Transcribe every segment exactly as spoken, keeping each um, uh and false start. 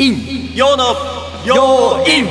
イン陽の陽イン。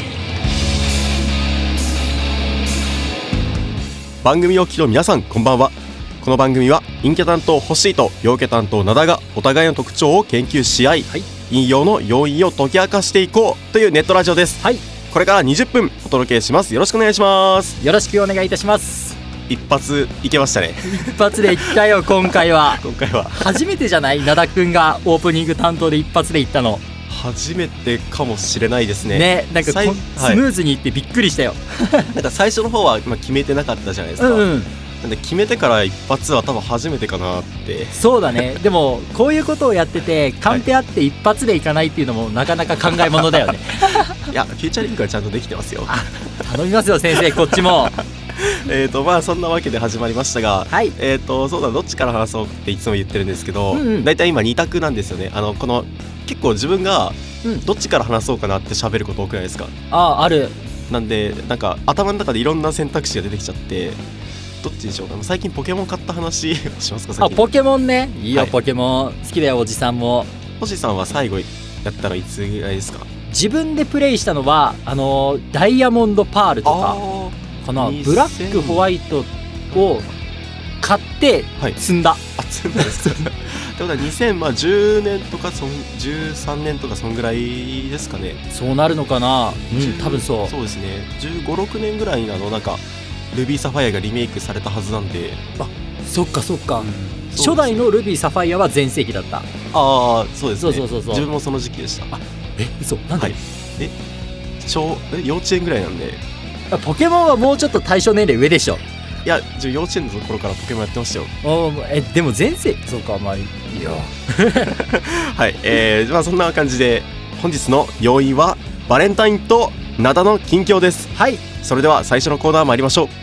番組を聞きの皆さん、こんばんは。この番組は陰キャ担当星と陽キャ担当灘がお互いの特徴を研究し合い、はい、陰陽の要因を解き明かしていこうというネットラジオです。はい、これからにじゅっぷんお届けします。よろしくお願いします。 よろしくお願いいたします。 一発いけましたね。 一発でいったよ今回は。 今回は初めてじゃない？灘くんがオープニング担当で一発でいったの。 初めてかもしれないですね。 ね、なんかスムーズにいってびっくりしたよ。 なんか最初の方はまあ決めてなかったじゃないですか。うんうん、なんで決めてから一発は多分初めてかなって。そうだね。 でもこういうことをやっててカンペあって一発でいかないっていうのもなかなか考えものだよね。 いや、フューチャリングはちゃんとできてますよ。 頼みますよ先生、こっちも。 えーとまあそんなわけで始まりましたが、はい、えーとそうだ、どっちから話そうっていつも言ってるんですけど、うんうん、だいたい今に択なんですよね。あのこの結構自分がどっちから話そうかなって喋ること多くないですか？ ああ、ある。 なんでなんか頭の中でいろんな選択肢が出てきちゃって、どっちにしようかな。最近ポケモン買った話をしますか？最近。 あ、ポケモンね。いいよ、はい、ポケモン好きだよ。おじさんも。 星さんは最後やったらいつぐらいですか？ 自分でプレイしたのはあのダイヤモンドパールとかかな。ブラックホワイトを買って積んだ、はい、 あ、積んだですってことはにせんじゅうねんとかそんじゅうさんねんとかそんぐらいですかね。 そうなるのかな、うん、多分そう。 そうですね。じゅうご、ろくねんぐらいにあのなんかルビーサファイアがリメイクされたはずなんで。 あ、そっかそっか、うん、初代のルビーサファイアは全盛期だった。ああ、そうですね。 そうそうそうそう。 自分もその時期でした。あ、 え、嘘、なんで？はい、 え小え幼稚園ぐらいなんで。 ポケモンはもうちょっと対象年齢上でしょ。 いや、幼稚園の頃からポケモンやってましたよ。 おえでも全盛、そうか、まあいいよ。 はい、えー、まあそんな感じで本日の要因はバレンタインと灘の近況です。はい、それでは最初のコーナー参りましょう。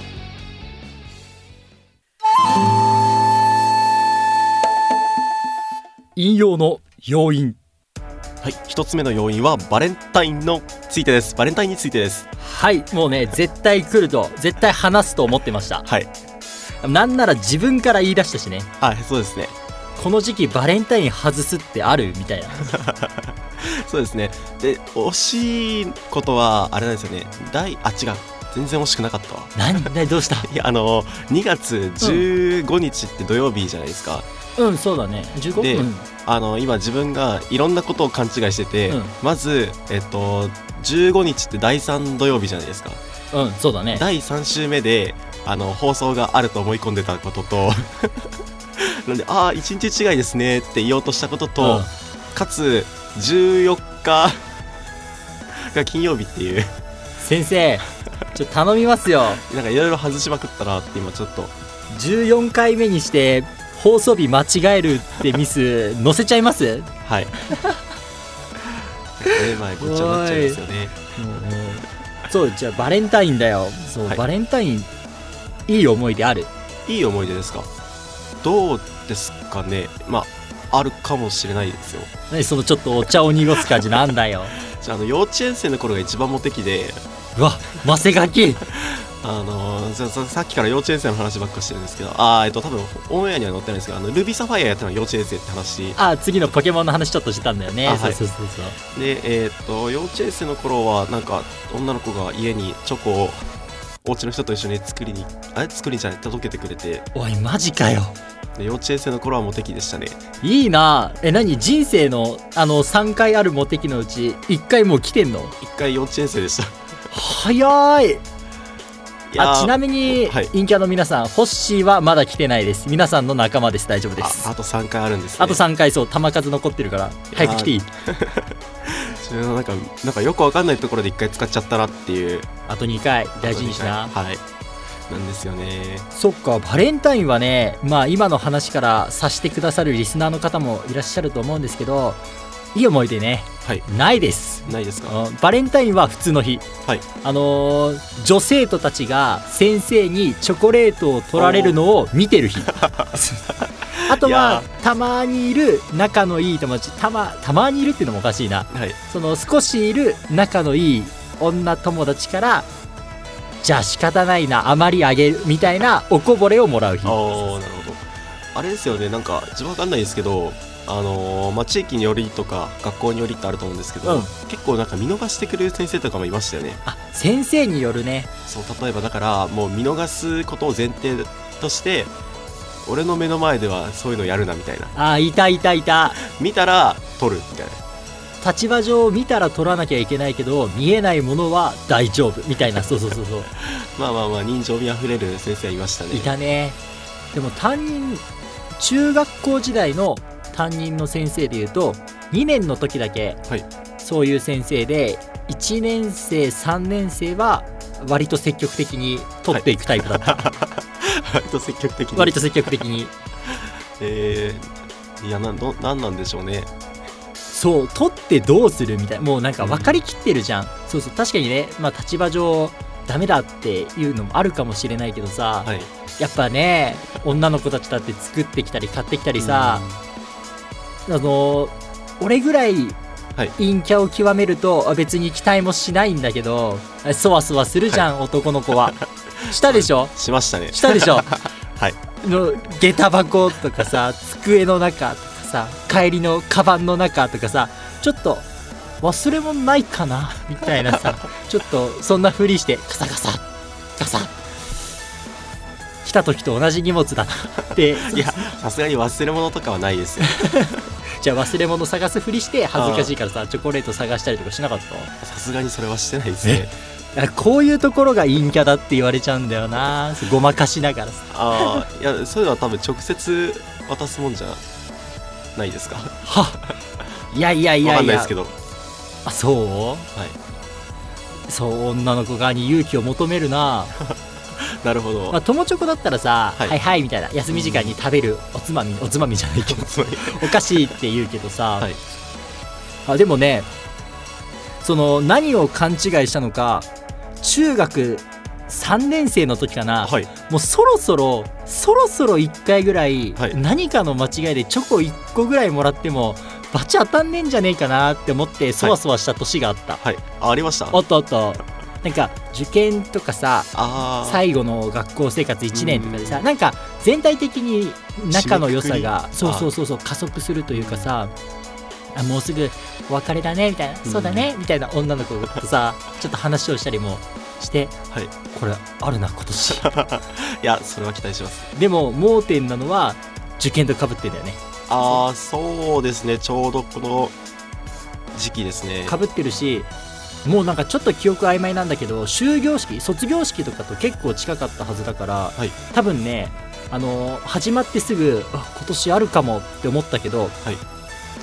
引用の要因。 はい、一つ目の要因はバレンタインのついてです。バレンタインについてです。 はい、もうね、絶対来ると絶対話すと思ってました。はい、なんなら自分から言い出したしね。 はい、そうですね。 この時期バレンタイン外すってあるみたいな。 そうですね。で、惜しいことはあれなんですよね。第あ違う全然惜しくなかったわ。 何何どうした？ いや、あのにがつじゅうごにちって土曜日じゃないですか。 うん、うん、そうだね。じゅうごで、うん、 あの今自分がいろんなことを勘違いしてて、うん、まず、えっと、じゅうごにちってだいさん土曜日じゃないですか。 うん、そうだね。 だいさん週目であの放送があると思い込んでたこととなんで、ああいちにち違いですねって言おうとしたことと、うん、かつじゅうよっかが金曜日っていう。 先生ちょっと頼みますよ。 なんかいろいろ外しまくったなって今ちょっと。 じゅうよんかいめにして放送日間違えるってミス載せちゃいます？はい。えまあごっちゃになっちゃいますよね。そう、じゃあバレンタインだよ。そう、はい、バレンタインいい思い出ある？ いい思い出ですか？どうですかね。まああるかもしれないですよ。 何そのちょっとお茶を濁す感じなんだよ。 じゃあ、あの幼稚園生の頃が一番モテ期で。 うわ、マセガキ。 あのー、さ, さっきから幼稚園生の話ばっかしてるんですけど、あー、えっと多分オンエアには載ってないんですけど、あのルビーサファイアやったのは幼稚園生って話。 あ、次のポケモンの話ちょっとしてたんだよね。そうそうそうそう。 で、えー、っと幼稚園生の頃はなんか女の子が家にチョコをお家の人と一緒に作りにあれ作りにじゃない届けてくれて。 おいマジかよ。 で幼稚園生の頃はモテ期でしたね。 いいな。え、何人生のあのさんかいあるモテ期のうちいっかいもう来てんの？いっかい幼稚園生でした。 早い。あ、ちなみに、はい、陰キャの皆さん、ホッシーはまだ来てないです。皆さんの仲間です。大丈夫です。 あ, あとさんかいあるんですね。 あとさんかい、そう、球数残ってるから早く来ていい。 なんか、なんかよくわかんないところでいっかい使っちゃったなっていう。 あとにかい大事にしな。 はい、なんですよね。 そっか、バレンタインはね、まあ今の話から察してくださるリスナーの方もいらっしゃると思うんですけど、いい思い出ね、はい、ないです。 ないですか？ バレンタインは普通の日、はい、あのー、女生徒たちが先生にチョコレートを取られるのを見てる日。あとはたまにいる仲のいい友達、たまたまにいるっていうのもおかしいな、はい、その少しいる仲のいい女友達からじゃあ仕方ないな、あまりあげるみたいなおこぼれをもらう日。 あー、なるほど。あれですよね、なんか自分わかんないですけど、 あのーまあ、地域によりとか学校によりってあると思うんですけど、うん、結構なんか見逃してくれる先生とかもいましたよね。 あ、先生によるね。 そう例えばだからもう見逃すことを前提として俺の目の前ではそういうのやるなみたいな。 あ、いたいたいた。 見たら撮るみたいな。 立場上見たら撮らなきゃいけないけど見えないものは大丈夫みたいな。そうそうそうそうまあまあまあ人情味あふれる先生いましたね。 いたね。でも担任中学校時代の担任の先生でいうとにねんの時だけそういう先生で、いちねん生さんねん生は割と積極的に撮っていくタイプだった、はい、 割と積極的に割と積極的にえー、いやなんどなんなんでしょうね。 そう撮ってどうするみたいな、もうなんか分かりきってるじゃん、うん、そうそう確かにね、まあ、立場上ダメだっていうのもあるかもしれないけどさ、はい、やっぱね女の子たちだって作ってきたり買ってきたりさ、うん、あの俺ぐらい陰キャを極めると別に期待もしないんだけどそわそわするじゃん、はい、男の子はしたでしょ。 しましたね。 したでしょはいの下駄箱とかさ机の中とかさ帰りのカバンの中とかさちょっと忘れ物ないかなみたいなさちょっとそんなふりしてガサガサガサ来た時と同じ荷物だなっていやさすがに忘れ物とかはないですよじゃあ忘れ物探すふりして恥ずかしいからさチョコレート探したりとかしなかった？ さすがにそれはしてないですね。 こういうところが陰キャだって言われちゃうんだよな、ごまかしながらさ。 ああいやそういうのは多分直接渡すもんじゃないですか。 はいやいやいやいや、わかんないですけど。あ、そう？はい。そう、女の子側に勇気を求めるな。 なるほど。 まあ、友チョコだったらさ、はい、はいはいみたいな休み時間に食べるおつまみ、おつまみじゃないけどおかしいって言うけどさ、はい、あでもね、その何を勘違いしたのか中学さんねん生の時かな、はい、もうそろそろそろそろいっかいぐらい、はい、何かの間違いでチョコいっこぐらいもらってもバチ当たんねえんじゃねえかなって思ってそわそわした年があった、 はいはい、あ, ありました。 あったあった。なんか受験とかさ最後の学校生活いちねんとかでさなんか全体的に仲の良さがそうそうそうそう加速するというかさ、あもうすぐお別れだねみたいな、うん、そうだねみたいな女の子とさちょっと話をしたりもして、はい、これあるな今年いやそれは期待します。 でも盲点なのは受験と被ってんだよね。 ああそうですね、ちょうどこの時期ですね。 被ってるしもうなんかちょっと記憶曖昧なんだけど終業式卒業式とかと結構近かったはずだから、はい、多分ねあの始まってすぐあ今年あるかもって思ったけど、はい、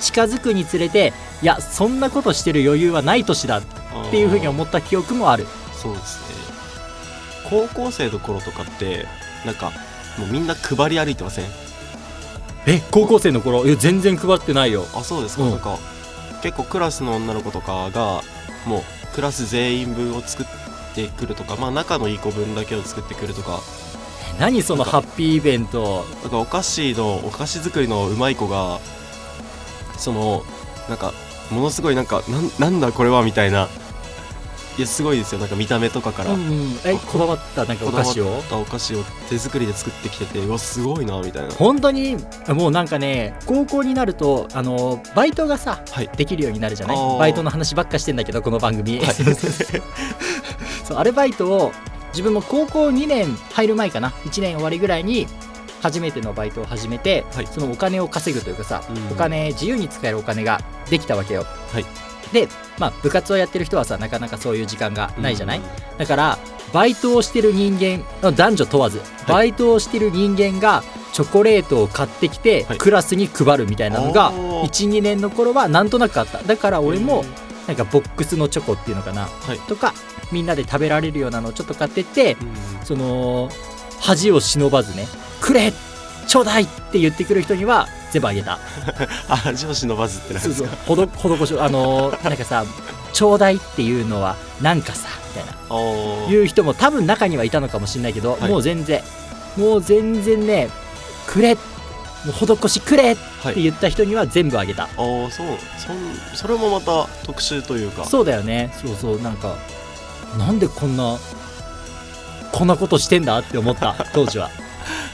近づくにつれていやそんなことしてる余裕はない年だっていうふうに思った記憶もある。 そうですね。高校生の頃とかってなんかもうみんな配り歩いてません？ え高校生の頃いや全然配ってないよ。 あそうですか、うん、なんか結構クラスの女の子とかがもうクラス全員分を作ってくるとか、まあ仲のいい子分だけを作ってくるとか。 何そのハッピーイベント。 なんかお菓子のお菓子作りのうまい子がそのなんかものすごいなんか な, なんだこれはみたいな、いやすごいですよ。なんか見た目とかから、 うんうん、えこだわったなんかお菓子をこだわったお菓子を手作りで作ってきてて、うわすごいなみたいな。 本当にもうなんかね高校になるとあのバイトがさ、はい、できるようになるじゃない。バイトの話ばっかしてんだけどこの番組、はい、そうアルバイトを自分も高校にねん入る前かないちねん終わりぐらいに初めてのバイトを始めて、はい、そのお金を稼ぐというかさ、うん、お金自由に使えるお金ができたわけよ、はい、で、まあ、部活をやってる人はさなかなかそういう時間がないじゃない、うん、だからバイトをしてる人間男女問わず、はい、バイトをしてる人間がチョコレートを買ってきて、はい、クラスに配るみたいなのが いちにねんの頃はなんとなくあった。だから俺もなんかボックスのチョコっていうのかな、はい、とかみんなで食べられるようなのをちょっと買ってって、うん、その恥を忍ばずねくれちょうだいって言ってくる人には全部あげた。 あ恥を忍ばずってなんですか。 そうそうほどほどこしあのー、なんかさちょうだいっていうのはなんかさみたいないう人も多分中にはいたのかもしれないけど、はい、もう全然もう全然ねくれもう施しくれって言った人には全部あげた、はい、 ああそう そ, それもまた特殊というか。 そうだよね。そうそうなんかなんでこんなこんなことしてんだって思った当時は。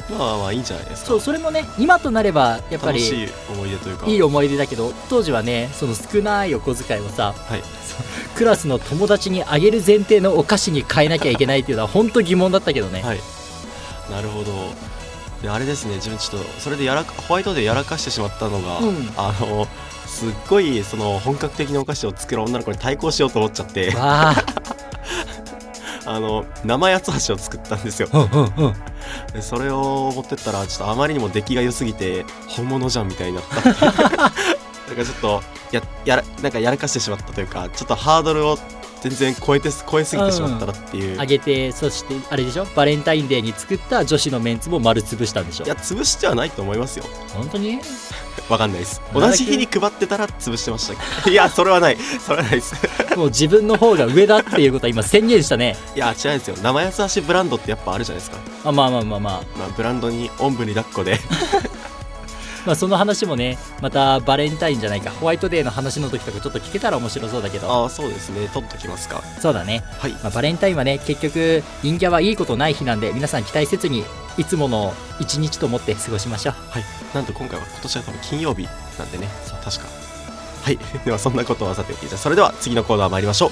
まあまあいいんじゃないですか。 そう、それもね今となればやっぱり楽しい思い出というか、 いい思い出だけど、当時はねその少ないお小遣いをさ、 はい、 クラスの友達にあげる前提のお菓子に変えなきゃいけないっていうのは本当疑問だったけどね。 はい、なるほど。であれですね、自分ちょっとそれでやらホワイトでやらかしてしまったのが、うん、あのすっごいその本格的なお菓子を作る女の子に対抗しようと思っちゃってあの生八つ橋を作ったんですよ、うんうんうん、でそれを持ってったらちょっとあまりにも出来が良すぎて本物じゃんみたいになっただからちょっと や, や, らなんかやらかしてしまったというか、ちょっとハードルを全然超えて超えすぎてしまったなっていう、 うん、あげて、そしてあれでしょ、バレンタインデーに作った女子のメンツも丸潰したんでしょ。 いや潰してはないと思いますよ。 本当にわかんないです。同じ日に配ってたら潰してましたいやそれはないそれはないですもう自分の方が上だっていうことは今宣言したね。 いや違うんですよ、生八つ橋ブランドってやっぱあるじゃないですか。 あまあまあまあまあ、 まあ、ブランドにおんぶに抱っこでまあその話もねまたバレンタインじゃないかホワイトデーの話の時とかちょっと聞けたら面白そうだけど。 ああそうですね、取っときますか。 そうだね、 はい。 まあ、バレンタインはね結局陰キャはいいことない日なんで、皆さん期待せずにいつもの一日と思って過ごしましょう。 はい。なんと今回は今年は多分金曜日なんでね、確か。はいではそんなことはさておき、じゃあそれでは次のコーナー参りましょう。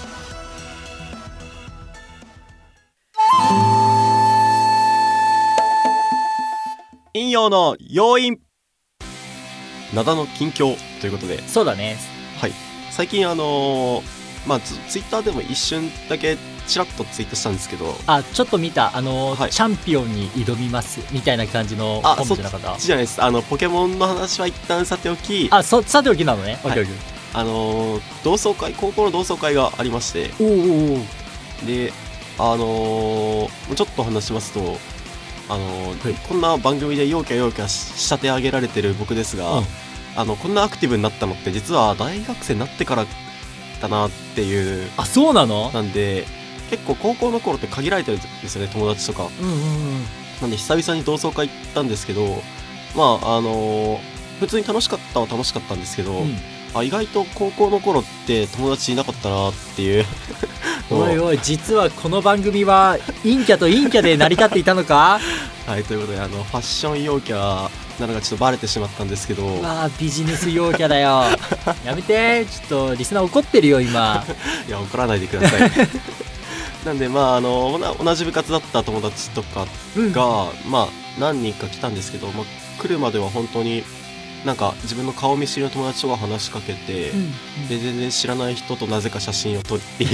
陰陽の要因、灘の近況ということで。 そうだね。 はい。最近あのー、まあツイッターでも一瞬だけチラッとツイートしたんですけど、 あちょっと見た、あのーはい、チャンピオンに挑みますみたいな感じの本じゃなかった。 あそっちじゃないです。あのポケモンの話は一旦さておき、 あそさておきなのね、はい、 あのー、同窓会、高校の同窓会がありまして、 おおおであのー、ちょっと話しますと、あのーはい、こんな番組で陽キャ陽キャ仕立て上げられてる僕ですが、うん、あのこんなアクティブになったのって実は大学生になってからだなっていう。 あそうなの。 なんで結構高校の頃って限られてるんですよね、友達とか、 うんうんうん、 なんで久々に同窓会行ったんですけど、まああのー、普通に楽しかったは楽しかったんですけど、うん、あ意外と高校の頃って友達いなかったなっていうおいおい、実はこの番組は陰キャと陰キャで成り立っていたのかはい、ということであのファッション陽キャなのがちょっとバレてしまったんですけど、 わあビジネス陽キャだよやめて、ちょっとリスナー怒ってるよ今いや怒らないでくださいなんでまああの同じ部活だった友達とかが、うん、まあ何人か来たんですけど、まあ、来るまでは本当になんか自分の顔見知りの友達とか話しかけて、うんうん、で全然知らない人となぜか写真を撮って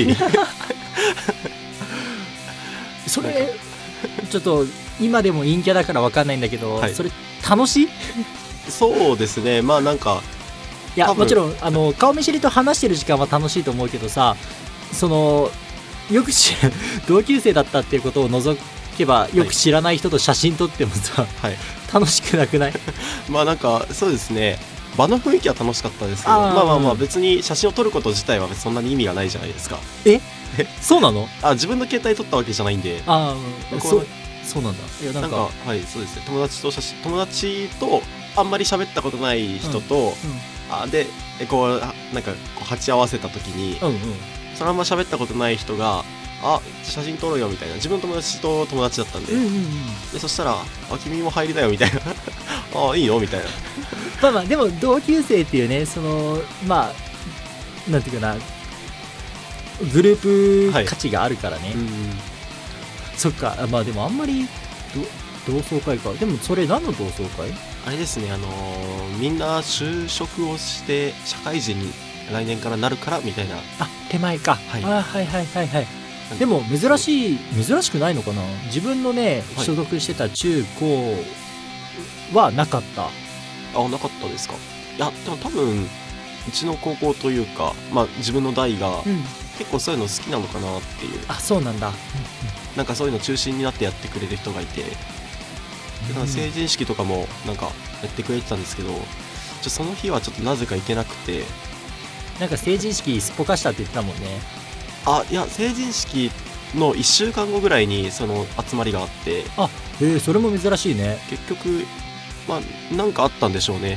それちょっと今でも陰キャだから分かんないんだけど、はい、それ楽しいそうですね、まあなんかいやもちろんあの顔見知りと話してる時間は楽しいと思うけどさ、そのよく知る同級生だったっていうことを除けばよく知らない人と写真撮ってもさ、はい、楽しくなくないまあなんかそうですね、場の雰囲気は楽しかったですけど、あまあまあまあ別に写真を撮ること自体はそんなに意味がないじゃないですか。 えそうなの。 あ自分の携帯撮ったわけじゃないんで。 ああそそうなんだ。いやなんかはいそうですね、友達と写真友達とあんまり喋ったことない人と、うんうん、あでこうなんかこう鉢合わせた時に、うんうん、そのあんま喋ったことない人があ写真撮ろうよみたいな、自分の友達と友達だったんで、うんうんうん、でそしたらあ君も入りだよみたいなあいいよみたいなまあまあでも同級生っていうね、そのまあなんていうかなグループ価値があるからね、はい、うんそっか。まあでもあんまり同窓会か。でもそれ何の同窓会？ あれですね、あのー、みんな就職をして社会人に来年からなるからみたいな。 あ手前か、はい、あはいはいはいはい。でも珍しい珍しくないのかな。自分のね、はい、所属してた中高はなかった。 あなかったですか。いやでも多分うちの高校というか、まあ、自分の代が、うん、結構そういうの好きなのかなっていう。 あそうなんだ、うんうん、 なんかそういうの中心になってやってくれる人がいて、でなんか成人式とかもなんかやってくれてたんですけど、ちょその日はちょっとなぜか行けなくて。 なんか成人式すっぽかしたって言ってたもんね。 あいや成人式のいっしゅうかんごぐらいにその集まりがあって。 あへえそれも珍しいね。 結局まあなんかあったんでしょうね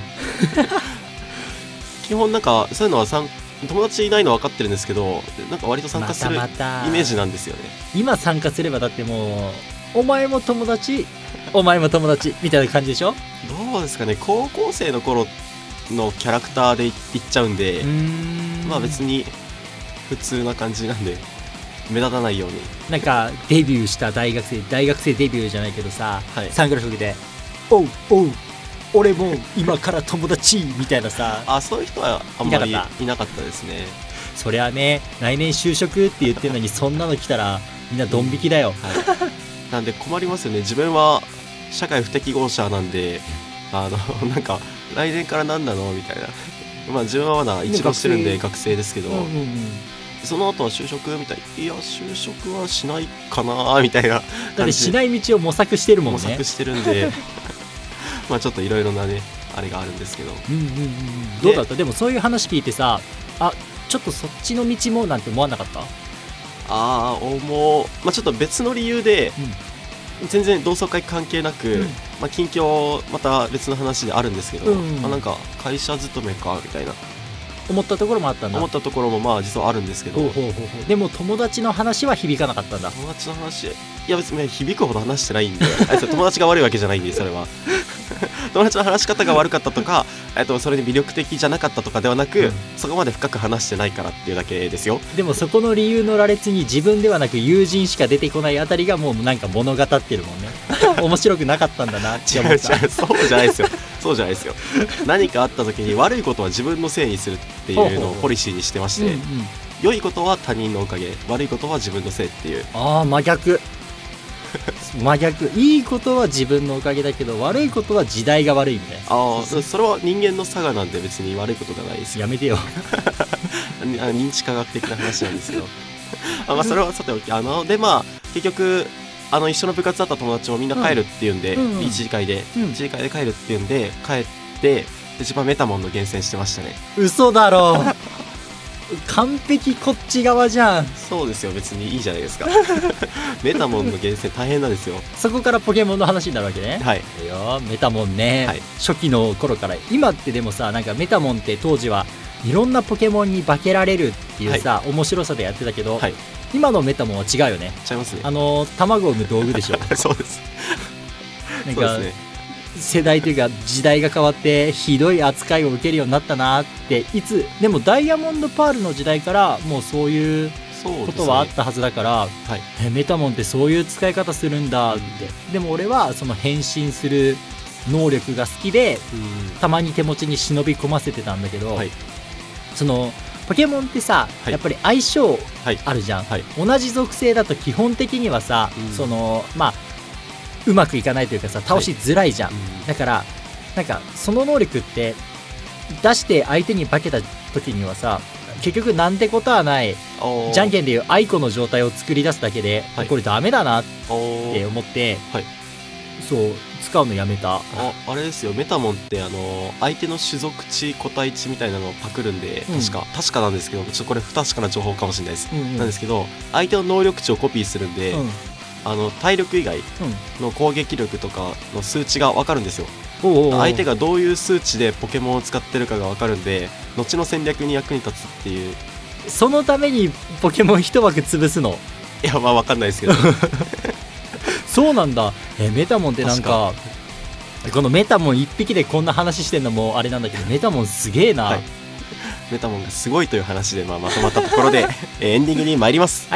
基本なんかそういうのはさん友達いないの分かってるんですけど、なんか割と参加するイメージなんですよね。 今参加すればだってもお前も友達お前も友達みたいな感じでしょ。 どうですかね、高校生の頃のキャラクターでいっちゃうんで、うーん、まあ別に普通な感じなんで目立たないように。 なんかデビューした大学生大学生デビューじゃないけどさ、はい、サングラスかけておうおう俺も今から友達みたいなさあ、そういう人はあんまりいなかったですね。 そりゃね、来年就職って言ってるのにそんなの来たらみんなドン引きだよ、うん、はい、 なんで困りますよね。自分は社会不適合者なんで、あのなんか来年から何なのみたいなまあ自分はまだ一浪してるんで学生ですけど、うんうんうん、その後は就職みたい、いや就職はしないかなみたいな。 だってしない道を模索してるもんね。 模索してるんでまあちょっといろいろなねあれがあるんですけど、 うんうんうん、どうだった？でもそういう話聞いてさ、あ、ちょっとそっちの道もなんて思わなかった？ああ、思う、まあ、ちょっと別の理由で、うん、全然同窓会関係なく、うん、まあ、近況また別の話であるんですけど、うんうん、まあ、なんか会社勤めかみたいな思ったところもあったんだ。 思ったところもまあ実はあるんですけど、ほうほうほうほう。でも友達の話は響かなかったんだ。 友達の話、いや別に響くほど話してないんであいつ友達が悪いわけじゃないんで、それは友達の話し方が悪かったとか、えっとそれで魅力的じゃなかったとかではなく、うん、そこまで深く話してないからっていうだけですよ。 でもそこの理由の羅列に自分ではなく友人しか出てこないあたりがもうなんか物語ってるもんね面白くなかったんだなって思った。違う違う、 そうじゃないですよそうじゃないですよ何かあった時に悪いことは自分のせいにするっていうのをポリシーにしてまして、うんうん、良いことは他人のおかげ、悪いことは自分のせいっていう。 ああ、真逆真逆。いいことは自分のおかげだけど悪いことは時代が悪いみたいな。 ああ、それは人間の差がなんで別に悪いことがないですよ。 やめてよ認知科学的な話なんですけどあ、まあそれはさておき、あのでまあ結局あの一緒の部活だった友達もみんな帰るっていうんで、うんうん、一次会で、うん、一次会で帰るっていうんで帰ってで一番メタモンの厳選してましたね。 嘘だろ完璧こっち側じゃん。 そうですよ、別にいいじゃないですかメタモンの厳選大変なんですよ。 そこからポケモンの話になるわけね。 はい、 いやメタモンね、はい、初期の頃から今ってでもさ、なんかメタモンって当時はいろんなポケモンに化けられるっていうさ、はい、面白さでやってたけど、はい、今のメタモンは違うよね。 違いますね。 あの卵を産む道具でしょそうですなんかそうですね、世代というか時代が変わってひどい扱いを受けるようになったなって。いつでもダイヤモンドパールの時代からもうそういうことはあったはずだから、ね、はい、えメタモンってそういう使い方するんだって。でも俺はその変身する能力が好きで、たまに手持ちに忍び込ませてたんだけど、はい、そのポケモンってさ、はい、やっぱり相性あるじゃん、はいはい、同じ属性だと基本的にはさ、うん、そのまあうまくいかないというかさ、倒しづらいじゃん、はい、うん、だからなんかその能力って出して相手に化けた時にはさ、結局なんてことはないじゃんけんでいうアイコの状態を作り出すだけで、はい、これダメだなって思って、はい、そう使うのやめた。 あ, あれですよ、メタモンってあの相手の種族値個体値みたいなのをパクるんで、うん、確か確かなんですけど、ちょっとこれ不確かな情報かもしれないです、うんうん、なんですけど相手の能力値をコピーするんで、うん、あの体力以外の攻撃力とかの数値が分かるんですよ、うん、おうおうおう、相手がどういう数値でポケモンを使ってるかが分かるんで、後の戦略に役に立つっていう。 そのためにポケモン一枠潰すの？ いやまあ分かんないですけどそうなんだ。えメタモンってなんかこのメタモン一匹でこんな話してんのもあれなんだけど、メタモンすげえな、はい、 メタモンがすごいという話で、まあ、まとまったところでエンディングに参ります。 はい、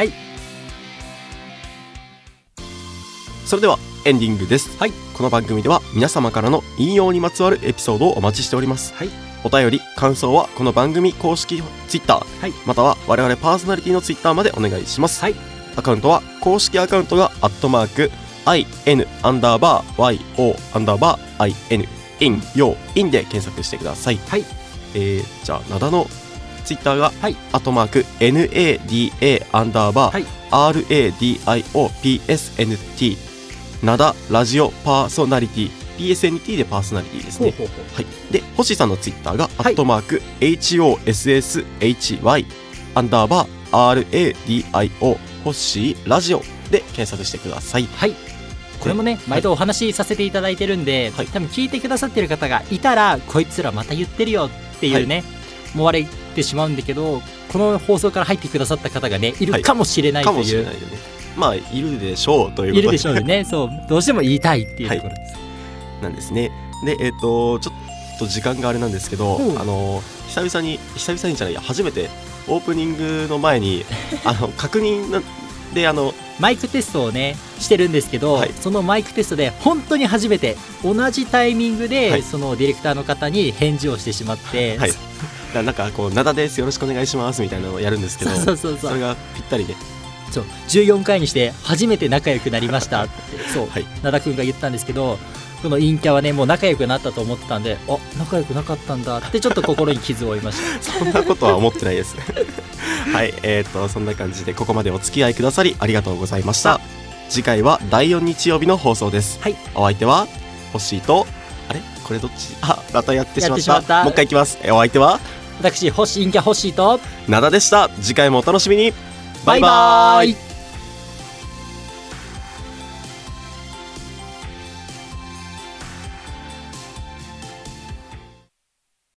それではエンディングです、 はい、 この番組では皆様からの引用にまつわるエピソードをお待ちしております、はい、お便り感想はこの番組公式ツイッター、はい、または我々パーソナリティのツイッターまでお願いします、はい、アカウントは公式アカウントがアットマーク in アンダーバー yo アンダーバー in in よ in で検索してください、 はい、 えー、じゃあ灘のツイッターが、はい、アットマーク nada アンダーバー radiopsnt 灘ラジオパーソナリティ ピーエスエヌティー でパーソナリティですね。ほうほうほう、はい、で星さんのツイッターが、はい、アットマーク ホッシャイ アンダーバー radio ホッシーラジオで検索してください。 はい、これもね毎度お話しさせていただいてるんで、はい、多分聞いてくださってる方がいたらこいつらまた言ってるよっていうね、はい、思われてしまうんだけど、この放送から入ってくださった方がねいるかもしれないという、はい、かもしれないよね。 まあいるでしょうということでいるでしょうね。そうどうしても言いたいっていうところです、 はい、なんですね。でえっ、ー、とちょっと時間があれなんですけど、あの久々に久々にじゃないや初めてオープニングの前にあの確認であのマイクテストをねしてるんですけど、はい、そのマイクテストで本当に初めて同じタイミングで、はい、そのディレクターの方に返事をしてしまって、はい、 だなんかこう灘ですよろしくお願いしますみたいなのをやるんですけど、そうそうそうそうそれがぴったりで、 そうじゅうよんかいにして初めて仲良くなりましたってそう、はい、灘くんが言ったんですけど、この陰キャはねもう仲良くなったと思ってたんで、あ仲良くなかったんだってちょっと心に傷を負いましたそんなことは思ってないですはいえーとそんな感じでここまでお付き合いくださりありがとうございました。次回はだいよん日曜日の放送です、はい、お相手はホッシーとあれこれどっちあまたやってしまった、ったもう一回いきます。お相手は私ホッシー陰キャホッシーと灘でした。次回もお楽しみに。 バイバーイ。